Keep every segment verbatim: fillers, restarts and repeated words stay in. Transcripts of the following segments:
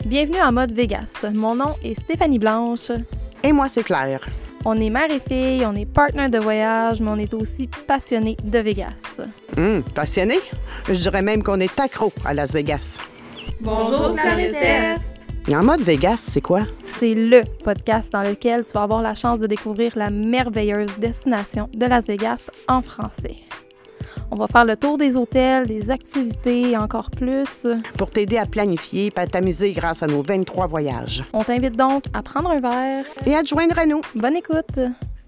Bienvenue en mode Vegas. Mon nom est Stéphanie Blanche. Et moi, c'est Claire. On est mère et fille, on est partner de voyage, mais on est aussi passionnés de Vegas. Hum, passionné? Je dirais même qu'on est accro à Las Vegas. Bonjour, Claire et Steph. Et en mode Vegas, c'est quoi? C'est le podcast dans lequel tu vas avoir la chance de découvrir la merveilleuse destination de Las Vegas en français. On va faire le tour des hôtels, des activités et encore plus. Pour t'aider à planifier et à t'amuser grâce à nos vingt-trois voyages. On t'invite donc à prendre un verre. Et à te joindre à nous. Bonne écoute!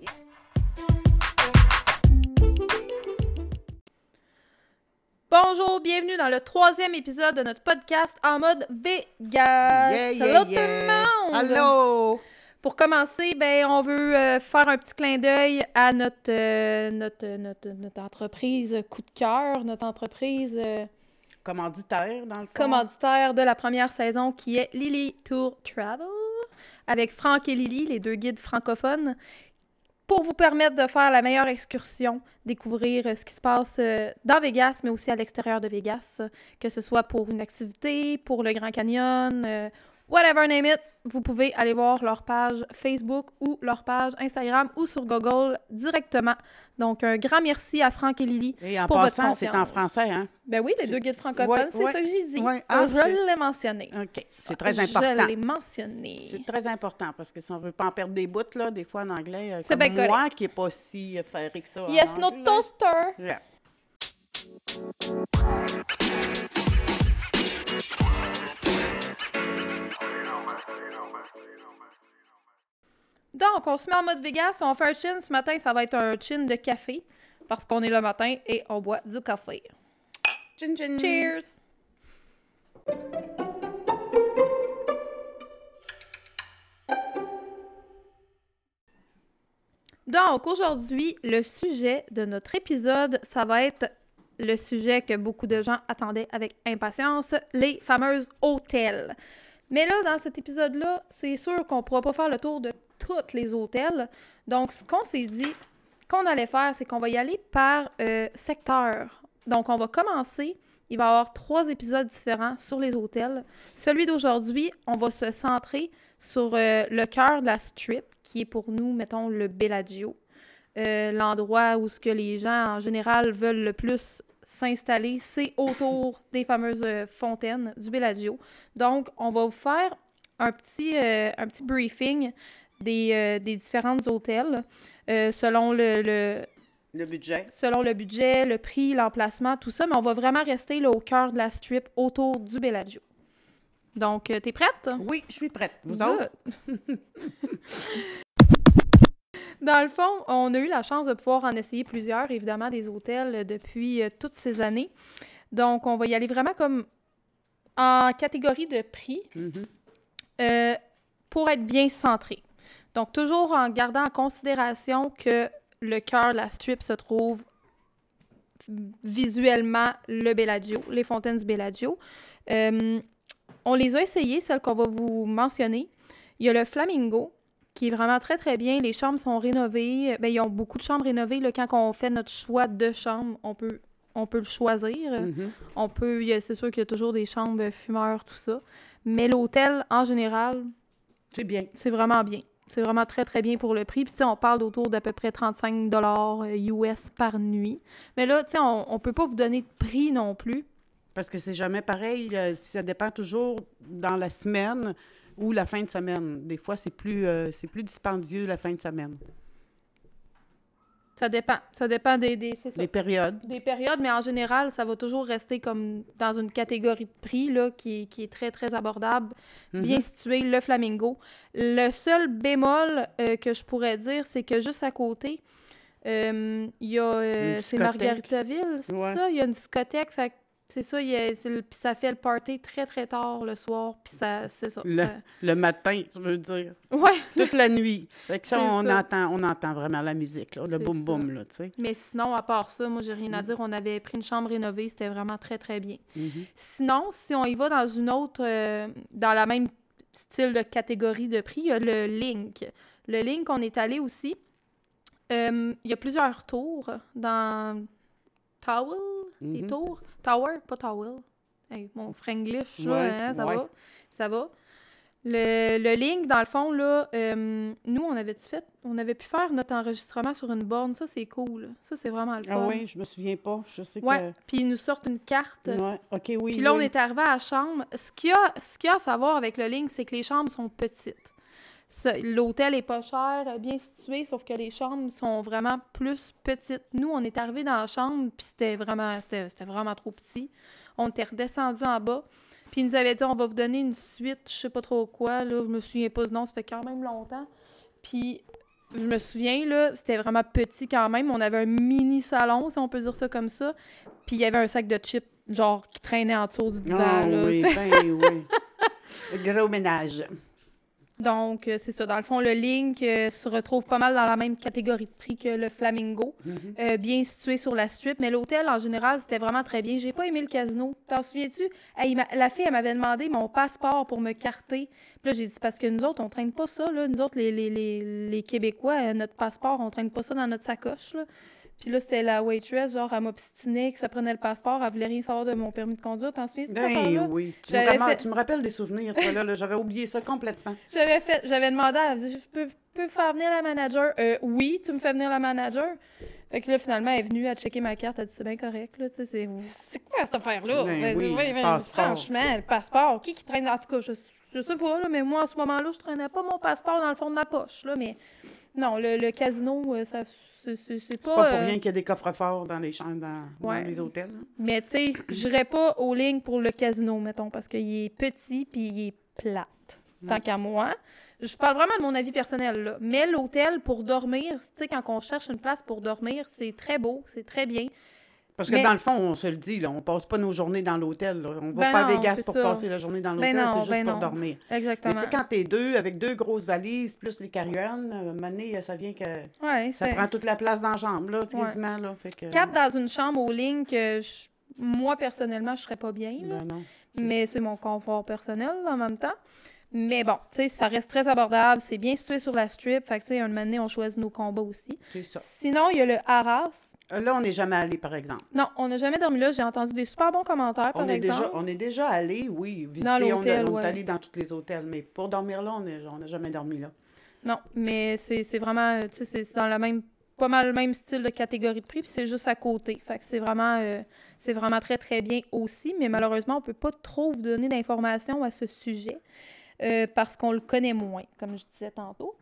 Bonjour, bienvenue dans le troisième épisode de notre podcast en mode Vegas. Yeah, yeah, Hello yeah. tout le monde! Allô! Pour commencer, ben, on veut euh, faire un petit clin d'œil à notre, euh, notre, notre, notre entreprise coup de cœur, notre entreprise euh, Commanditaire, dans le fond. commanditaire de la première saison qui est Lily Tour Travel, avec Franck et Lily, les deux guides francophones, pour vous permettre de faire la meilleure excursion, découvrir euh, ce qui se passe euh, dans Vegas, mais aussi à l'extérieur de Vegas, que ce soit pour une activité, pour le Grand Canyon, euh, whatever name it, vous pouvez aller voir leur page Facebook ou leur page Instagram ou sur Google directement. Donc, un grand merci à Franck et Lily Et en pour votre passant, c'est en confiance. français, hein? Ben oui, les C'est- deux guides francophones, Ouais, c'est ouais. ça que j'ai dit. Ouais. Ah, Ah, je c'est- l'ai mentionné. OK. C'est très Je important. l'ai mentionné. C'est très important parce que si on veut pas en perdre des bouts, là, des fois en anglais, euh, C'est comme bien moi qui n'est pas si euh, ferré que ça. en Yes, no anglais. toaster! Yeah. Donc, on se met en mode Vegas, on fait un chin. Ce matin, ça va être un chin de café parce qu'on est le matin et on boit du café. Chin, chin. Cheers! Donc, aujourd'hui, le sujet de notre épisode, ça va être le sujet que beaucoup de gens attendaient avec impatience, les fameux hôtels. Mais là, dans cet épisode-là, c'est sûr qu'on ne pourra pas faire le tour de tous les hôtels. Donc, ce qu'on s'est dit qu'on allait faire, c'est qu'on va y aller par euh, secteur. Donc, on va commencer. Il va y avoir trois épisodes différents sur les hôtels. Celui d'aujourd'hui, on va se centrer sur euh, le cœur de la Strip, qui est pour nous, mettons, le Bellagio. Euh, l'endroit où ce que les gens, en général, veulent le plus s'installer, c'est autour des fameuses euh, fontaines du Bellagio. Donc, on va vous faire un petit, euh, un petit briefing des, euh, des différents hôtels euh, selon le, le, Le budget. selon le budget, le prix, l'emplacement, tout ça, mais on va vraiment rester là, au cœur de la strip, autour du Bellagio. Donc, euh, t'es prête? Oui, je suis prête. Vous Good. autres? Dans le fond, on a eu la chance de pouvoir en essayer plusieurs, évidemment, des hôtels euh, depuis euh, toutes ces années. Donc, on va y aller vraiment comme en catégorie de prix Mhm. euh, pour être bien centré. Donc, toujours en gardant en considération que le cœur de la strip se trouve visuellement le Bellagio, les fontaines du Bellagio. Euh, on les a essayées, celles qu'on va vous mentionner. Il y a le Flamingo, qui est vraiment très, très bien. Les chambres sont rénovées. Bien, ils ont beaucoup de chambres rénovées. Là, quand on fait notre choix de chambre, on peut, on peut le choisir. Mhm. On peut, il y a- c'est sûr qu'il y a toujours des chambres fumeurs, tout ça. Mais l'hôtel, en général, C'est bien. c'est vraiment bien. C'est vraiment très, très bien pour le prix. Puis, tu sais, on parle d'autour d'à peu près trente-cinq dollars U S par nuit. Mais là, tu sais, on ne peut pas vous donner de prix non plus. Parce que c'est jamais pareil. euh, Ça dépend toujours dans la semaine ou la fin de semaine. Des fois, c'est plus, euh, c'est plus dispendieux la fin de semaine. Ça dépend. Ça dépend des, des, c'est ça, Les périodes. des périodes, mais en général, ça va toujours rester comme dans une catégorie de prix là, qui, est- qui est très, très abordable, bien Mhm. situé, le Flamingo. Le seul bémol euh, que je pourrais dire, c'est que juste à côté, euh, il y a... euh, Une c'est discothèque. Margaritaville, c'est Ouais. ça? Il y a une discothèque, fait que c'est ça, il y a- c'est le- puis ça fait le party très, très tard le soir, puis ça, c'est ça. Le, ça- le matin, tu veux dire. Ouais, Toute la nuit. Fait que ça, C'est on, ça. Entend, on entend vraiment la musique, là, le C'est boum-boum, là, tu sais. mais sinon, à part ça, moi, j'ai rien à dire. On avait pris une chambre rénovée, c'était vraiment très, très bien. Mhm. Sinon, si on y va dans une autre, euh, dans la même style de catégorie de prix, il y a le Link. Le Link, on est allé aussi. Euh, il y a plusieurs tours dans Towel, les Mhm. tours. Tower, pas Towel. Hey, mon franglish, là, Ouais, hein, ça ouais. va. Ça va. Le, le link, dans le fond, là, euh, nous, on avait fait, on avait pu faire notre enregistrement sur une borne. Ça, c'est cool. Ça, c'est vraiment le fun. Ah oui, je me souviens pas. Je sais ouais, puis ils nous sortent une carte. que... Ouais, OK, oui, Puis là, oui. on est arrivé à la chambre. Ce qu'il y a, ce qu'il y a à savoir avec le link, c'est que les chambres sont petites. Ça, l'hôtel est pas cher, bien situé, sauf que les chambres sont vraiment plus petites. Nous, on est arrivé dans la chambre, puis c'était vraiment, c'était, c'était vraiment trop petit. On était redescendu en bas. Puis ils nous avaient dit, on va vous donner une suite, je sais pas trop quoi, là, je me souviens pas ce nom, ça fait quand même longtemps. Puis je me souviens, là, c'était vraiment petit quand même, on avait un mini salon, si on peut dire ça comme ça, puis il y avait un sac de chips, genre, qui traînait en dessous du divan, Ah là. oui, ben oui. Le gros ménage. Donc, euh, c'est ça. Dans le fond, le Link euh, se retrouve pas mal dans la même catégorie de prix que le Flamingo, Mm-hmm. euh, bien situé sur la strip. Mais l'hôtel, en général, c'était vraiment très bien. J'ai pas aimé le casino. T'en souviens-tu? Hey, m'a- la fille, elle m'avait demandé mon passeport pour me carter. Puis là, j'ai dit, parce que nous autres, on traîne pas ça, là. Nous autres, les, les, les, les Québécois, euh, notre passeport, on traîne pas ça dans notre sacoche, là. Puis là, c'était la waitress, genre, elle m'obstinait que ça prenait le passeport. Elle voulait rien savoir de mon permis de conduire. T'en souviens-tu de cette Ben affaire-là? oui. Tu me, J'avais ramènes- fait- tu me rappelles des souvenirs, toi, là. là, J'avais oublié ça complètement. J'avais fait, j'avais demandé, elle me dit, je peux, peux faire venir la manager. Euh, oui, tu me fais venir la manager. Fait que là, finalement, elle est venue à checker ma carte. Elle a dit, c'est bien correct, là. Tu sais, c'est, c'est quoi cette affaire-là? Ben Ben, oui, c'est- le ben, passeport. Franchement, le passeport. Qui qui traîne? En tout cas, je, je sais pas, là, mais moi, à ce moment-là, je traînais pas mon passeport dans le fond de ma poche, là. Mais non, le, le casino, euh, ça, c'est, c'est, c'est C'est pas. pas pour euh, rien qu'il y a des coffres-forts dans les chambres, dans, Ouais. dans les hôtels. hein. Mais tu sais, j'irais pas aux lignes pour le casino, mettons, parce qu'il est petit puis il est plate. Tant qu'à moi. Je parle vraiment de mon avis personnel, là. Mais l'hôtel, pour dormir, tu sais, quand on cherche une place pour dormir, c'est très beau, c'est très bien. Parce que Mais- dans le fond, on se le dit, là, on passe pas nos journées dans l'hôtel. là. On va Ben pas à non, Vegas c'est pour ça. passer la journée dans l'hôtel, Ben non, c'est juste ben pour non. dormir. Mais Exactement. tu sais, quand t'es deux, avec deux grosses valises, plus les carry-on, à un moment donné, ça vient que... Ouais, Ça c'est prend toute la place dans la chambre, là, Ouais. quasiment, là. Fait que... quatre dans une chambre aux lignes que je- moi, personnellement, je serais pas bien, là. Ben non. Mais c'est mon confort personnel en même temps. Mais bon, tu sais, ça reste très abordable. C'est bien situé sur la strip. Fait que, tu sais, un moment donné, on choisit nos combats aussi. C'est ça. Sinon, il y a le Arras. Euh, Là, on n'est jamais allé, par exemple. Non, on n'a jamais dormi là. J'ai entendu des super bons commentaires, par On est, exemple. déjà, on est déjà allé, oui, visiter. Dans l'hôtel, on, a- on ouais. est allé dans tous les hôtels, mais pour dormir là, on est- on n'a jamais dormi là. Non, mais c'est c'est vraiment, tu sais, c'est c'est dans la même, pas mal le même style de catégorie de prix, puis c'est juste à côté. Fait que c'est vraiment, euh, c'est vraiment très, très bien aussi, mais malheureusement, on peut pas trop vous donner d'informations à ce sujet euh, parce qu'on le connaît moins, comme je disais tantôt.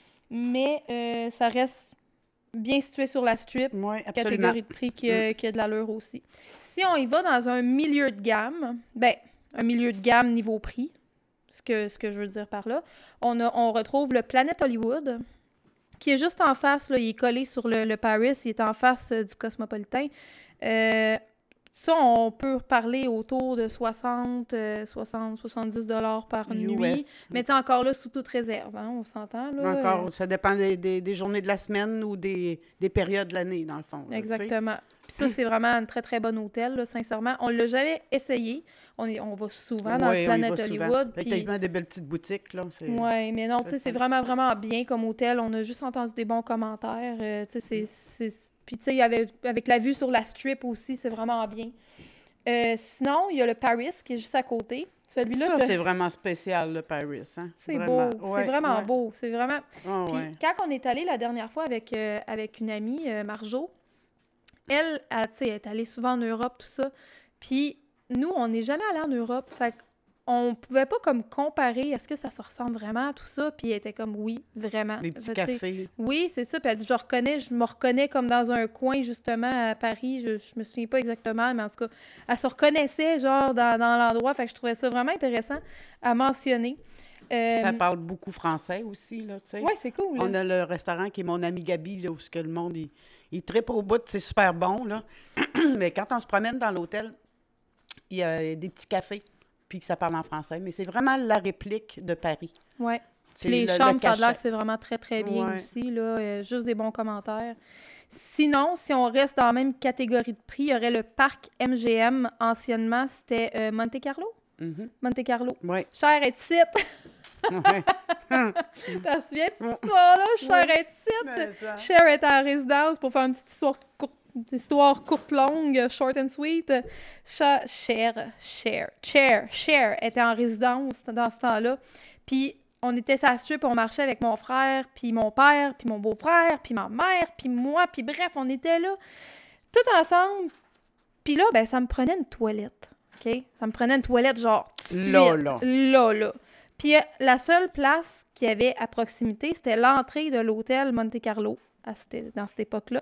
Mais euh, ça reste bien situé sur la strip, Oui, absolument. catégorie de prix qui, a- qui a de l'allure aussi. Si on y va dans un milieu de gamme, ben, un milieu de gamme niveau prix, ce que, ce que je veux dire par là, on, a, on retrouve le Planet Hollywood, qui est juste en face, là, il est collé sur le, le Paris, il est en face euh, du Cosmopolitain. Euh, ça, on peut parler autour de soixante, euh, soixante, soixante-dix dollars par U nuit. S. Mais tu sais, encore là, sous toute réserve, hein, on s'entend, là. Encore, euh, ça dépend des, des- des journées de la semaine ou des, des périodes de l'année, dans le fond. là, tu sais. Exactement. Puis ça, c'est vraiment un très, très bon hôtel, là, sincèrement. On l'a jamais essayé. On, est, on va souvent dans Ouais, le on y Planet va souvent. Hollywood. Avec Puis... tellement des belles petites boutiques, là. c'est- Oui, mais non, tu sais, c'est c'est fun. vraiment, vraiment bien comme hôtel. On a juste entendu des bons commentaires. euh, tu sais, c'est- c'est... Puis, tu sais, avec, avec la vue sur la strip aussi, c'est vraiment bien. Euh, sinon, il y a le Paris qui est juste à côté. Celui-là, Ça, t'as- c'est vraiment spécial, le Paris. Hein? c'est Vraiment. beau. Ouais, c'est vraiment ouais. beau. C'est vraiment... Ah, Puis ouais. quand on est allé la dernière fois avec, euh, avec une amie, euh, Marjo, elle, elle, tu sais, elle est allée souvent en Europe, tout ça. Puis nous, on n'est jamais allé en Europe. Fait qu'on pouvait pas comme comparer, est-ce que ça se ressemble vraiment à tout ça? Puis elle était comme, oui, vraiment. Les petits Fait, tu sais, cafés. oui, c'est ça. Puis elle dit, je reconnais, je me reconnais comme dans un coin, justement, à Paris. Je, je me souviens pas exactement, mais en tout cas, elle se reconnaissait, genre, dans, dans l'endroit. Fait que je trouvais ça vraiment intéressant à mentionner. Euh, Ça parle beaucoup français aussi, là, tu sais. ouais, c'est cool. On a le restaurant qui est mon ami Gabi, là, où ce que le monde, il, il tripe au bout, c'est super bon, là. Mais quand on se promène dans l'hôtel, il y a des petits cafés, puis que ça parle en français. Mais c'est vraiment la réplique de Paris. Ouais. C'est Puis les le- le chambres, ça a l'air cachet. que c'est vraiment très, très bien Ouais. aussi. Là, euh, juste des bons commentaires. Sinon, si on reste dans la même catégorie de prix, il y aurait le parc M G M. Anciennement, c'était euh, Monte Carlo. Mhm. Monte Carlo. Oui. Cher être site. Ouais. T'en souviens de cette histoire-là? Cher être site. Mais ça- Cher était en résidence pour faire une petite histoire courte, une petite histoire courte, longue, short and sweet. Cha- Cher, Cher, Cher, Cher était en résidence dans ce temps-là. Puis on était sur la strip, on marchait avec mon frère, puis mon père, puis mon beau-frère, puis ma mère, puis moi, puis bref, on était là, tout ensemble. Puis là, ben ça me prenait une toilette, OK? Ça me prenait une toilette, genre, tout de suite. Là, là. Là, là. Puis euh, la seule place qu'il y avait à proximité, c'était l'entrée de l'hôtel Monte Carlo, à cette, dans cette époque-là.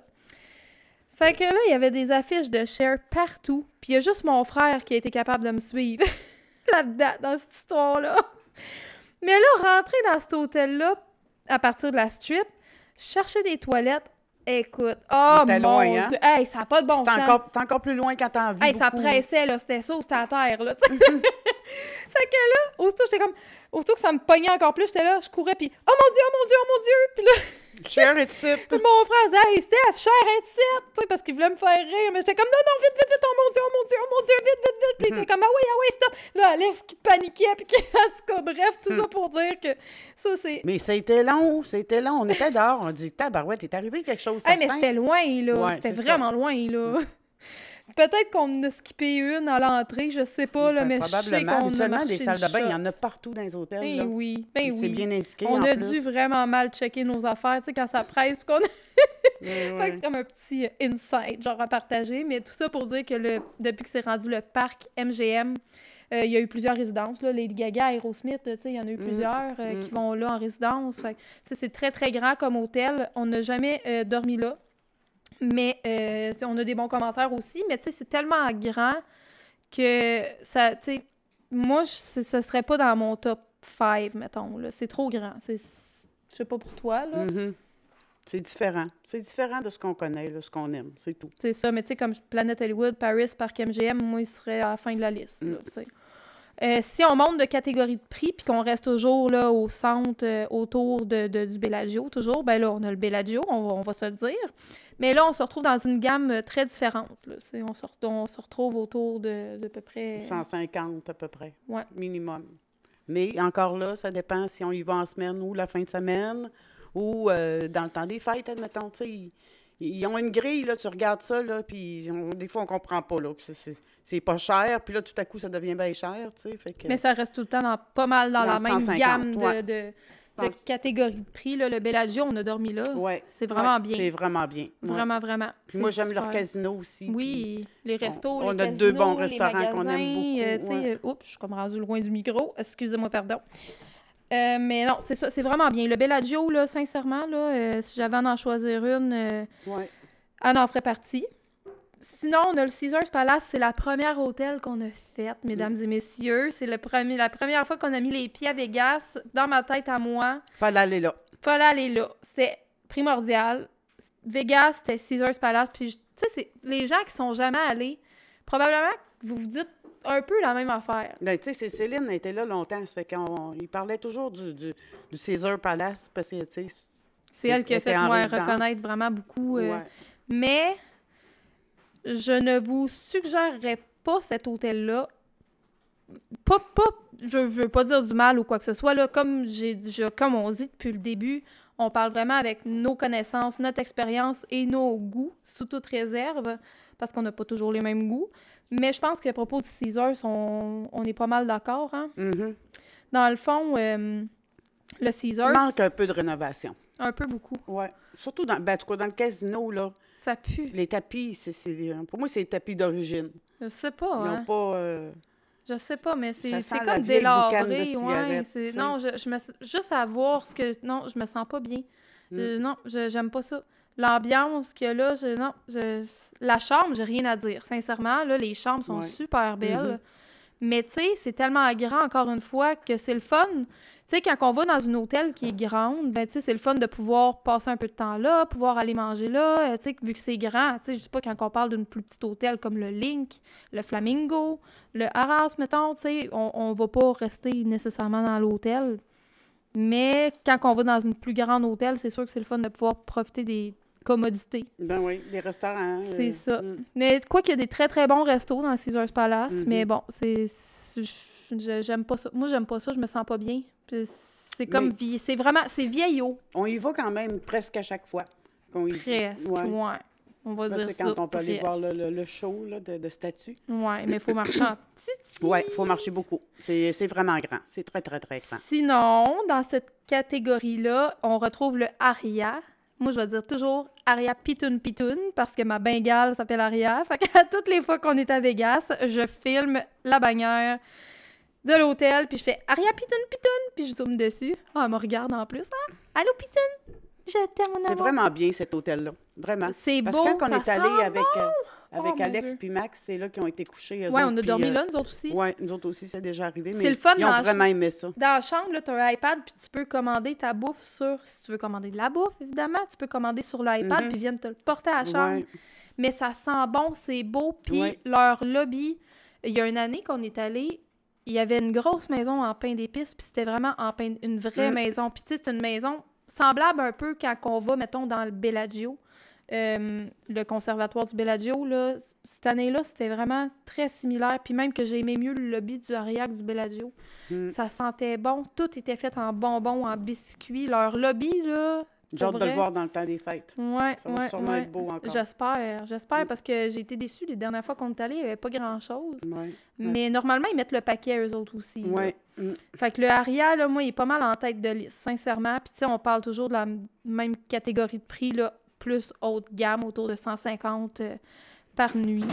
Fait que là, il y avait des affiches de Cher partout. Puis il y a juste mon frère qui a été capable de me suivre là-dedans, dans cette histoire-là. Mais là, rentrer dans cet hôtel-là, à partir de la strip, chercher des toilettes, écoute, oh mon loin, Dieu, hein? hey, ça n'a pas de bon C'est sens. encore, c'est encore plus loin quand t'en vis Hey, ça beaucoup. pressait, là, c'était ça ou c'était à terre, là, tu sais. Fait que là, aussitôt, j'étais comme, aussitôt que ça me pognait encore plus, j'étais là, je courais, puis oh mon Dieu, oh mon Dieu, oh mon Dieu, puis là... Cher et type. Puis mon frère disait, hey, Steph, Cher, être ici, tu sais, parce qu'il voulait me faire rire. Mais j'étais comme, non, non, vite, vite, vite, oh mon Dieu, oh mon Dieu, oh mon Dieu, vite, vite, vite. Puis il était comme, ah oui, ah oui, stop. Là, Alex qui paniquait, puis qui, en tout cas, bref, tout ça pour dire que ça, c'est. Mais c'était long, c'était long. On était dehors, on dit, tabarouette, t'es arrivé quelque chose. Hey, mais certain? c'était loin, là. Ouais, C'était c'est vraiment ça. loin, là. Peut-être qu'on en a skippé une à l'entrée, je sais pas, là, Enfin, mais je sais probablement. qu'on a Habituellement, marché des salles le de bain, il y shot. en a partout dans les hôtels. Ben là. oui, ben C'est oui. bien indiqué. On en a plus. dû vraiment mal checker nos affaires, tu sais, quand ça presse, puis qu'on a... Ouais, Fait ouais. que c'est comme un petit euh, insight, genre à partager. Mais tout ça pour dire que le, depuis que c'est rendu le parc M G M, euh, il y a eu plusieurs résidences. Là, Lady Gaga, Aerosmith, tu sais, il y en a eu Mm. plusieurs euh, Mm. qui vont là en résidence. Fait que, tu sais, c'est très, très grand comme hôtel. On n'a jamais euh, dormi là. Mais euh, on a des bons commentaires aussi. Mais tu sais, c'est tellement grand que ça, tu sais, moi, je- ce serait pas dans mon top cinq, mettons. Là. C'est trop grand. C'est, je sais pas pour toi, là. Mhm. C'est différent. C'est différent de ce qu'on connaît, là, ce qu'on aime. C'est tout. C'est ça, mais tu sais, comme Planète Hollywood, Paris, Parc M G M, moi, il serait à la fin de la liste. Là, Mm. tu sais. Euh, si on monte de catégorie de prix puis qu'on reste toujours là, au centre, euh, autour de, de- du Bellagio, toujours, ben là, on a le Bellagio, on va, on va se le dire. Mais là, on se retrouve dans une gamme euh, très différente. Là, tu sais, on, se, re- on se retrouve autour de, de à peu près... cent cinquante à peu près. Ouais. Minimum. Mais encore là, ça dépend si on y va en semaine ou la fin de semaine ou euh, dans le temps des fêtes, admettons. Tu sais, ils, ils ont une grille, là, tu regardes ça, là, puis on- des fois, on comprend pas, là, que c'est- c'est c'est pas cher, puis là, tout à coup, ça devient bien cher, tu sais, fait que... Mais ça reste tout le temps dans, pas mal dans, Dans la même cent cinquante, gamme de, ouais. de, de Dans le- catégorie de prix. Là. Le Bellagio, on a dormi là. Ouais, C'est vraiment ouais, bien. C'est vraiment bien. ouais. Vraiment, vraiment. Puis moi, C'est j'aime leur super. casino aussi. puis- Oui, les restos, on les a casinos, deux bons les restaurants qu'on aime magasins, beaucoup, euh, tu sais, ouais. euh, oups, je suis comme rendue loin du micro. Excusez-moi, pardon. Euh, mais non, c'est ça, c'est vraiment bien. Le Bellagio, là, sincèrement, là, euh, si j'avais à en choisir une, euh, Ouais. elle en ferait partie. Sinon, on a le Caesars Palace, c'est la première hôtel qu'on a faite, mesdames et messieurs. C'est le premier, la première fois qu'on a mis les pieds à Vegas. Dans ma tête à moi, Fallait aller là. fallait aller là. C'était primordial. Vegas, c'était Caesars Palace. Puis, je- tu sais, c'est les gens qui sont jamais allés, probablement que vous vous dites un peu la même affaire. Ben, tu sais, c'est- Céline a été là longtemps, ça fait qu'on il parlait toujours du, du, du Caesar Palace, parce que, tu sais... C'est elle qui a était fait en moi, résidence. reconnaître vraiment beaucoup. euh, Ouais. Mais je ne vous suggérerais pas cet hôtel-là. Pas, pas, je ne veux pas dire du mal ou quoi que ce soit. Là, comme, j'ai, je- comme on dit depuis le début, on parle vraiment avec nos connaissances, notre expérience et nos goûts, sous toute réserve, parce qu'on n'a pas toujours les mêmes goûts. Mais je pense qu'à propos de Caesars, on, on est pas mal d'accord. Hein? Mhm. Dans le fond, euh, le Il Caesars, manque un peu de rénovation. un peu beaucoup. Ouais. Surtout dans, ben, en tout cas, dans le casino, là, Ça pue. les tapis, c'est, c'est- pour moi, c'est les tapis d'origine. Je sais pas, Ils hein? n'ont pas... euh, Je sais pas, mais c'est Ça c'est sent la comme vieille boucane de délabré, ouais. cigarette, c'est- tu sais. Non, je, je me juste à voir ce que... Non, je me sens pas bien. Mm. Euh, non, je- j'aime pas ça. L'ambiance qu'il y a là, je, non, je, la chambre, j'ai rien à dire. Sincèrement, là, les chambres sont Ouais. super belles. Mhm. Mais tu sais, c'est tellement grand, encore une fois, que c'est le fun. Tu sais, quand on va dans un hôtel qui est grande, ben tu sais, c'est le fun de pouvoir passer un peu de temps là, pouvoir aller manger là, euh, tu sais, vu que c'est grand. Tu sais, je dis pas quand on parle d'une plus petite hôtel comme le Link, le Flamingo, le Harrah's, mettons, tu sais, on, on va pas rester nécessairement dans l'hôtel. Mais quand on va dans une plus grande hôtel, c'est sûr que c'est le fun de pouvoir profiter des commodités. Ben oui, les restaurants. C'est euh, ça. mm. Mais quoi qu'il y a des très très bons restos dans le Caesars Palace, Mhm. mais bon, c'est c'est- je- j'aime pas ça. Moi, j'aime pas ça, je me sens pas bien. Puis c'est comme Mais- vie, c'est vraiment c'est vieillot On y va quand même presque à chaque fois. qu'on y- presque. Ouais. Ouais. On va Là, dire c'est ça. quand on peut aller presque. voir le, le, le show là, de, de statues. Ouais, mais il faut marcher en petit. Oui, il faut marcher beaucoup. C'est c'est vraiment grand. C'est très, très, très grand. Sinon, dans cette catégorie-là, on retrouve le Aria. Moi, je vais dire toujours Aria Pitoun Pitoun parce que ma Bengale s'appelle Aria. Fait qu'à toutes les fois qu'on est à Vegas, je filme la bannière de l'hôtel, puis je fais Aria Pitoun Pitoun, puis je zoome dessus. Ah, elle me regarde en plus. Hein? Allô, Pitoun? Je t'aime, mon amour. C'est vraiment bien, cet hôtel-là. Vraiment. C'est Parce beau, que quand on ça est allé sent avec, euh, avec Oh, mon Alex Dieu. puis Max, c'est là qu'ils ont été couchés. Eux Ouais, autres, on a puis, dormi euh, là, nous autres aussi. Oui, nous autres aussi, c'est déjà arrivé. C'est Mais le fun ils ont dans la vraiment aimé ça. Dans la chambre, tu as un iPad, puis tu peux commander ta bouffe sur... Si tu veux commander de la bouffe, évidemment, tu peux commander sur l'iPad, Mhm. puis ils viennent te le porter à la chambre. Ouais. Mais ça sent bon, c'est beau. Puis Ouais. leur lobby, il y a une année qu'on est allé, il y avait une grosse maison en pain d'épices, puis c'était vraiment en pain, une vraie Mm. maison. Puis tu sais, c'est une maison semblable un peu quand on va, mettons, dans le Bellagio, euh, le conservatoire du Bellagio, là. Cette année-là, c'était vraiment très similaire. Puis même que j'ai aimé mieux le lobby du Aria que du Bellagio. Mm. Ça sentait bon. Tout était fait en bonbons, en biscuits. Leur lobby, là... J'ai hâte pour de le vrai. voir dans le temps des fêtes. Ouais, Ça va ouais, sûrement ouais. être beau encore. J'espère, j'espère, Mm. parce que j'ai été déçue les dernières fois qu'on est allé, il n'y avait pas grand-chose. Oui. Mais normalement, ils mettent le paquet eux autres aussi. là. Oui. Mm. Fait que le Aria, là, moi, il est pas mal en tête de liste, sincèrement. Puis tu sais, on parle toujours de la m- même catégorie de prix, là, plus haute gamme, autour de cent cinquante euh, par nuit.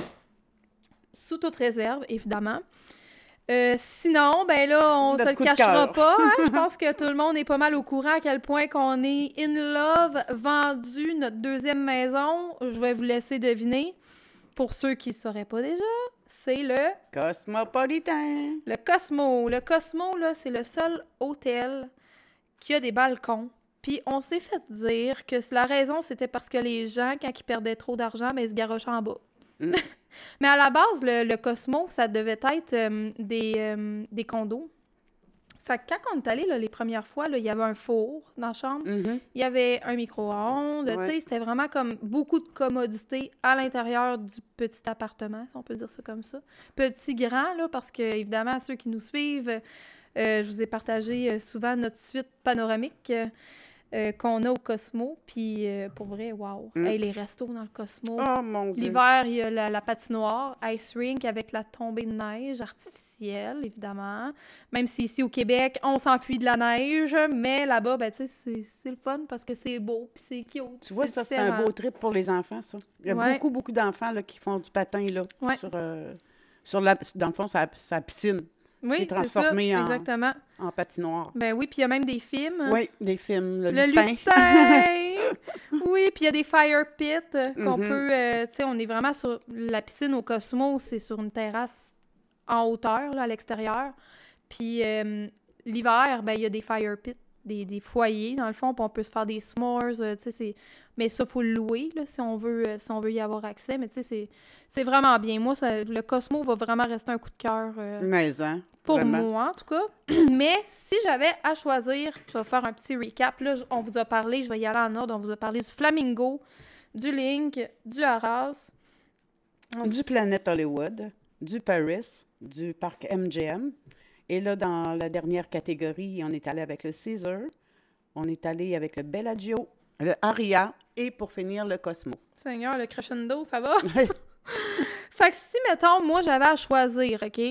Sous toute réserve, évidemment. Euh, sinon, ben là, on Notre se le coup de cachera cœur. pas. hein. Je pense que tout le monde est pas mal au courant à quel point qu'on est in love, vendu notre deuxième maison. Je vais vous laisser deviner. Pour ceux qui ne sauraient pas déjà, c'est le, Cosmopolitain. le Cosmo. Le Cosmo, là, c'est le seul hôtel qui a des balcons. Puis on s'est fait dire que la raison, c'était parce que les gens, quand ils perdaient trop d'argent, ben, ils se garochaient en bas. Mm. Mais à la base, le, le Cosmo, ça devait être euh, des, euh, des condos. Fait que quand on est allé là, les premières fois, là, il y avait un four dans la chambre, Mhm. il y avait un micro-ondes, Ouais. tu sais, c'était vraiment comme beaucoup de commodités à l'intérieur du petit appartement, si on peut dire ça comme ça. Petit grand, là, parce que, évidemment, ceux qui nous suivent, euh, je vous ai partagé euh, souvent notre suite panoramique euh, euh, qu'on a au Cosmo, puis euh, pour vrai, wow! Mm. Hey, les restos dans le Cosmo. Oh mon Dieu. L'hiver, il y a la, la patinoire, ice rink avec la tombée de neige artificielle, évidemment. Même si ici au Québec, on s'enfuit de la neige, mais là-bas, ben, tu sais, c'est- c'est le fun parce que c'est beau, puis c'est cute. Tu vois, c'est ça, c'est un différent. beau trip pour les enfants, ça. Il y a Ouais. beaucoup, beaucoup d'enfants là, qui font du patin, là, Ouais. sur, euh, sur la, dans le fond, sa, sa piscine, Oui, est c'est transformé ça, en- exactement. en patinoire. Ben oui, puis il y a même des films. Oui, des films, le, Le lutin. lutin! Oui, puis il y a des fire pits euh, qu'on Mhm. peut... euh, tu sais, on est vraiment sur... La piscine au Cosmo, c'est sur une terrasse en hauteur, là, à l'extérieur. Puis euh, l'hiver, ben il y a des fire pits, des, des foyers, dans le fond, puis on peut se faire des s'mores, euh, tu sais, c'est... Mais ça, il faut le louer, là, si on veut, euh, si on veut y avoir accès. Mais tu sais, c'est, c'est vraiment bien. Moi, ça, le Cosmo va vraiment rester un coup de cœur euh, Mais, hein, pour vraiment. moi, en tout cas. Mais si j'avais à choisir, je vais faire un petit recap. Là, j- on vous a parlé, je vais y aller en ordre, on vous a parlé du Flamingo, du Link, du Arras. Du Planète Hollywood, du Paris, du parc M G M. Et là, dans la dernière catégorie, on est allé avec le Caesar, on est allé avec le Bellagio, le Aria et pour finir, le Cosmo. Seigneur, le crescendo, ça va? Fait que si, mettons, moi, j'avais à choisir, OK?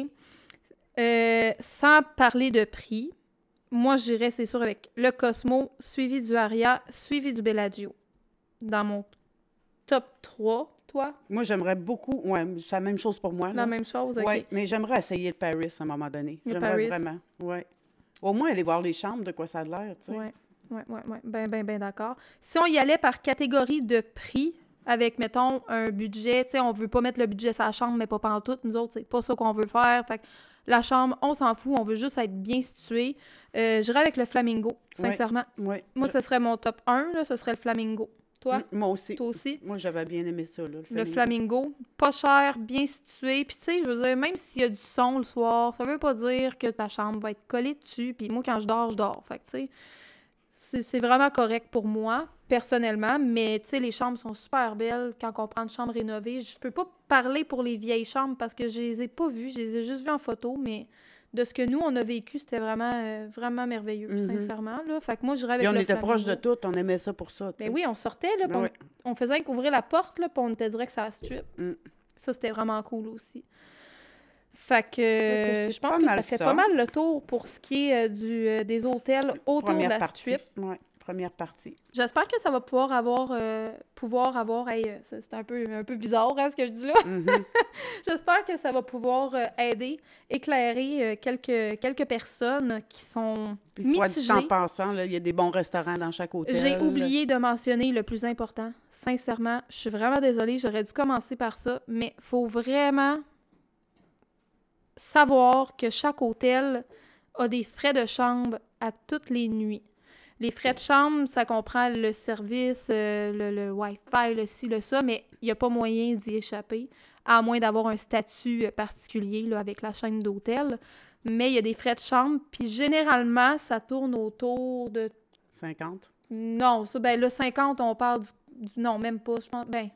Euh, sans parler de prix, moi, j'irais, c'est sûr, avec le Cosmo, suivi du Aria, suivi du Bellagio. Dans mon top trois, toi, Moi, j'aimerais beaucoup, ouais, c'est la même chose pour moi. la Là. même chose, OK? Ouais, mais j'aimerais essayer le Paris à un moment donné. Le J'aimerais Paris. vraiment, ouais. Au moins, aller voir les chambres, de quoi ça a l'air, tu sais. Ouais, ouais, ouais, ouais. Ben, ben, ben d'accord. Si on y allait par catégorie de prix, avec, mettons, un budget, tu sais, on veut pas mettre le budget sur la chambre, mais pas pantoute. Nous autres, c'est pas ça qu'on veut faire. Fait que la chambre, on s'en fout, on veut juste être bien situé. Euh, J'irais avec le Flamingo, Ouais. sincèrement. Ouais. Moi, ce serait mon top un, là, ce serait le Flamingo. Toi, Mm, Moi aussi. toi aussi? Moi, j'avais bien aimé ça, là, Le Flamingo, pas cher, bien situé. Puis tu sais, je veux dire, même s'il y a du son le soir, ça veut pas dire que ta chambre va être collée dessus. Puis moi, quand je dors, je dors. Fait que tu sais, c'est c'est vraiment correct pour moi, personnellement. Mais tu sais, les chambres sont super belles quand on prend une chambre rénovée. Je peux pas parler pour les vieilles chambres parce que je les ai pas vues. Je les ai juste vues en photo, mais de ce que nous, on a vécu, c'était vraiment, euh, vraiment merveilleux, Mhm. sincèrement. Là. Fait que moi, je dirais avec Puis on le était proches de flamingo. tout, on aimait ça pour ça, tu sais. Ben oui, on sortait, là, puis Ben on, oui. on faisait qu'ouvrir la porte, là, puis on était direct sur la strip. Mm. Ça, c'était vraiment cool aussi. Fait que, Fait que euh, c'est je pense pas que mal ça fait ça. pas mal le tour pour ce qui est euh, du, euh, des hôtels autour de Première la partie. strip. Oui, première partie. J'espère que ça va pouvoir avoir, euh, pouvoir avoir, hey, euh, c'est c'est un peu, un peu bizarre, hein, ce que je dis là. Mhm. J'espère que ça va pouvoir euh, aider, éclairer euh, quelques, quelques personnes qui sont Puis soit dit en mitigées. passant, là, il y a des bons restaurants dans chaque hôtel. J'ai oublié de mentionner le plus important. Sincèrement, je suis vraiment désolée, j'aurais dû commencer par ça, mais il faut vraiment savoir que chaque hôtel a des frais de chambre à toutes les nuits. Les frais de chambre, ça comprend le service, euh, le, le Wi-Fi, le ci, le ça, mais il n'y a pas moyen d'y échapper, à moins d'avoir un statut euh, particulier là, avec la chaîne d'hôtel. Mais il y a des frais de chambre, puis généralement, ça tourne autour de... cinquante. Non, ça, ben là, cinquante, on parle du... du- non, même pas, je pense... Ben,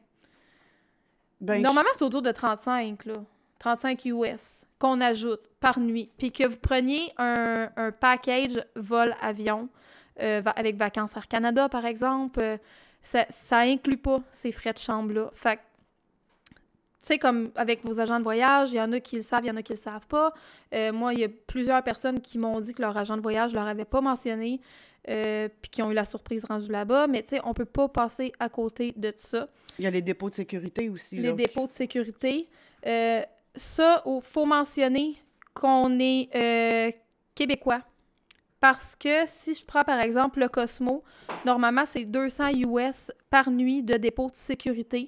Ben, normalement, c'est autour de trente-cinq, là. trente-cinq U S qu'on ajoute par nuit. Puis que vous preniez un, un package vol-avion euh, va- avec Vacances Air Canada, par exemple, euh, ça, ça inclut pas ces frais de chambre-là. Fait que, tu sais, comme avec vos agents de voyage, il y en a qui le savent, il y en a qui le savent pas. Euh, moi, il y a plusieurs personnes qui m'ont dit que leur agent de voyage ne leur avait pas mentionné, euh, puis qui ont eu la surprise rendue là-bas. Mais tu sais, on peut pas passer à côté de ça. il y a les dépôts de sécurité aussi. Les là. dépôts de sécurité. Euh, ça, il faut mentionner qu'on est euh, québécois. Parce que si je prends par exemple le Cosmo, normalement c'est deux cents U S par nuit de dépôt de sécurité.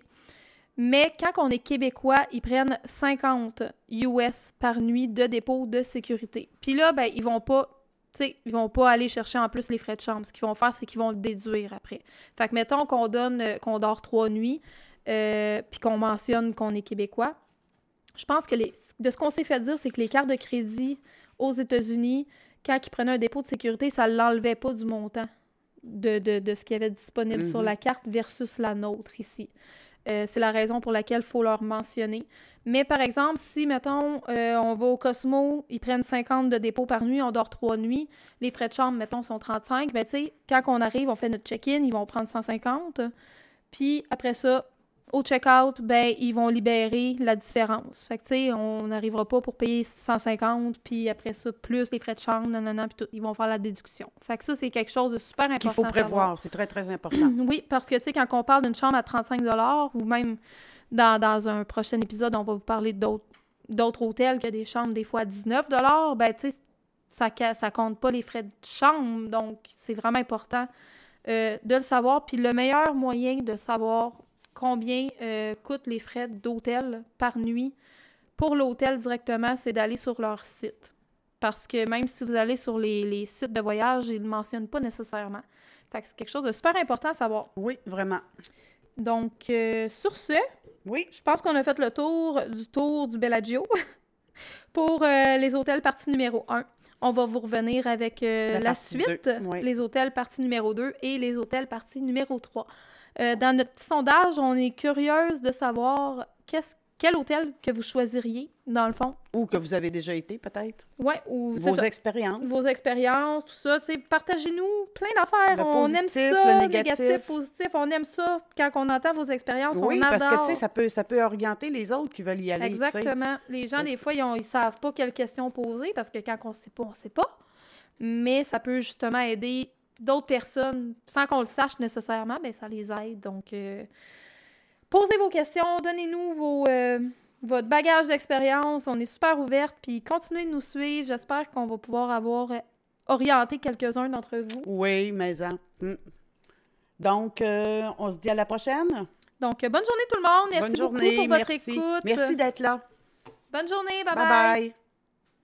Mais quand on est québécois, ils prennent cinquante U S par nuit de dépôt de sécurité. Puis là, ben, ils vont pas, tu sais, ils vont pas aller chercher en plus les frais de chambre. Ce qu'ils vont faire, c'est qu'ils vont le déduire après. Fait que mettons qu'on donne, euh, qu'on dort trois nuits, euh, puis qu'on mentionne qu'on est québécois. Je pense que les, de ce qu'on s'est fait dire, c'est que les cartes de crédit aux États-Unis, quand ils prenaient un dépôt de sécurité, ça ne l'enlevait pas du montant de, de, de ce qu'il y avait disponible Mhm. sur la carte versus la nôtre ici. Euh, c'est la raison pour laquelle il faut leur mentionner. Mais par exemple, si, mettons, euh, on va au Cosmo, ils prennent cinquante de dépôt par nuit, on dort trois nuits, les frais de chambre, mettons, sont trente-cinq, ben tu sais, quand on arrive, on fait notre check-in, ils vont prendre cent cinquante. Puis après ça, au check-out, ben ils vont libérer la différence. Fait que, tu sais, on n'arrivera pas pour payer cent cinquante, puis après ça, plus les frais de chambre, nanana, puis tout. Ils vont faire la déduction. Fait que ça, c'est quelque chose de super important Qu'il faut à savoir. prévoir, c'est très, très important. Oui, parce que, tu sais, quand on parle d'une chambre à trente-cinq dollars ou même dans, dans un prochain épisode, on va vous parler d'autres d'autres hôtels qui ont des chambres des fois à dix-neuf dollars, ben, tu sais, ça, ca- ça compte pas les frais de chambre. Donc, c'est vraiment important euh, de le savoir. Puis le meilleur moyen de savoir combien euh, coûtent les frais d'hôtel par nuit pour l'hôtel directement, c'est d'aller sur leur site. Parce que même si vous allez sur les, les sites de voyage, ils ne le mentionnent pas nécessairement. Fait que c'est quelque chose de super important à savoir. Oui, vraiment. Donc, euh, sur ce, Oui, je pense qu'on a fait le tour du tour du Bellagio pour euh, les hôtels partie numéro un. On va vous revenir avec euh, La la, partie suite, deux, oui. les hôtels partie numéro deux et les hôtels partie numéro trois. Euh, dans notre petit sondage, on est curieuse de savoir qu'est-ce, quel hôtel que vous choisiriez, dans le fond. ou que vous avez déjà été, peut-être. Ouais, ou c'est Vos ça, expériences. vos expériences, tout ça. Tu sais, partagez-nous plein d'affaires. Le On aime positif, ça, le négatif. positif. On aime ça quand on entend vos expériences. Oui, on parce que, adore. tu sais, ça peut, ça peut orienter les autres qui veulent y aller, tu sais. Exactement. Les gens, des fois, ils ne savent pas quelles questions poser parce que quand on ne sait pas, on ne sait pas. Mais ça peut justement aider d'autres personnes sans qu'on le sache nécessairement. Bien, ça les aide. Donc, euh, posez vos questions, donnez-nous vos, euh, votre bagage d'expérience. On est super ouverte. Puis continuez de nous suivre. J'espère qu'on va pouvoir avoir euh, orienté quelques-uns d'entre vous. Oui, mais en. Mm. Donc, euh, on se dit à la prochaine. Donc, euh, bonne journée tout le monde. Merci Bonne beaucoup journée, pour votre merci. écoute. Merci d'être là. Bonne journée. Bye-bye. Bye-bye.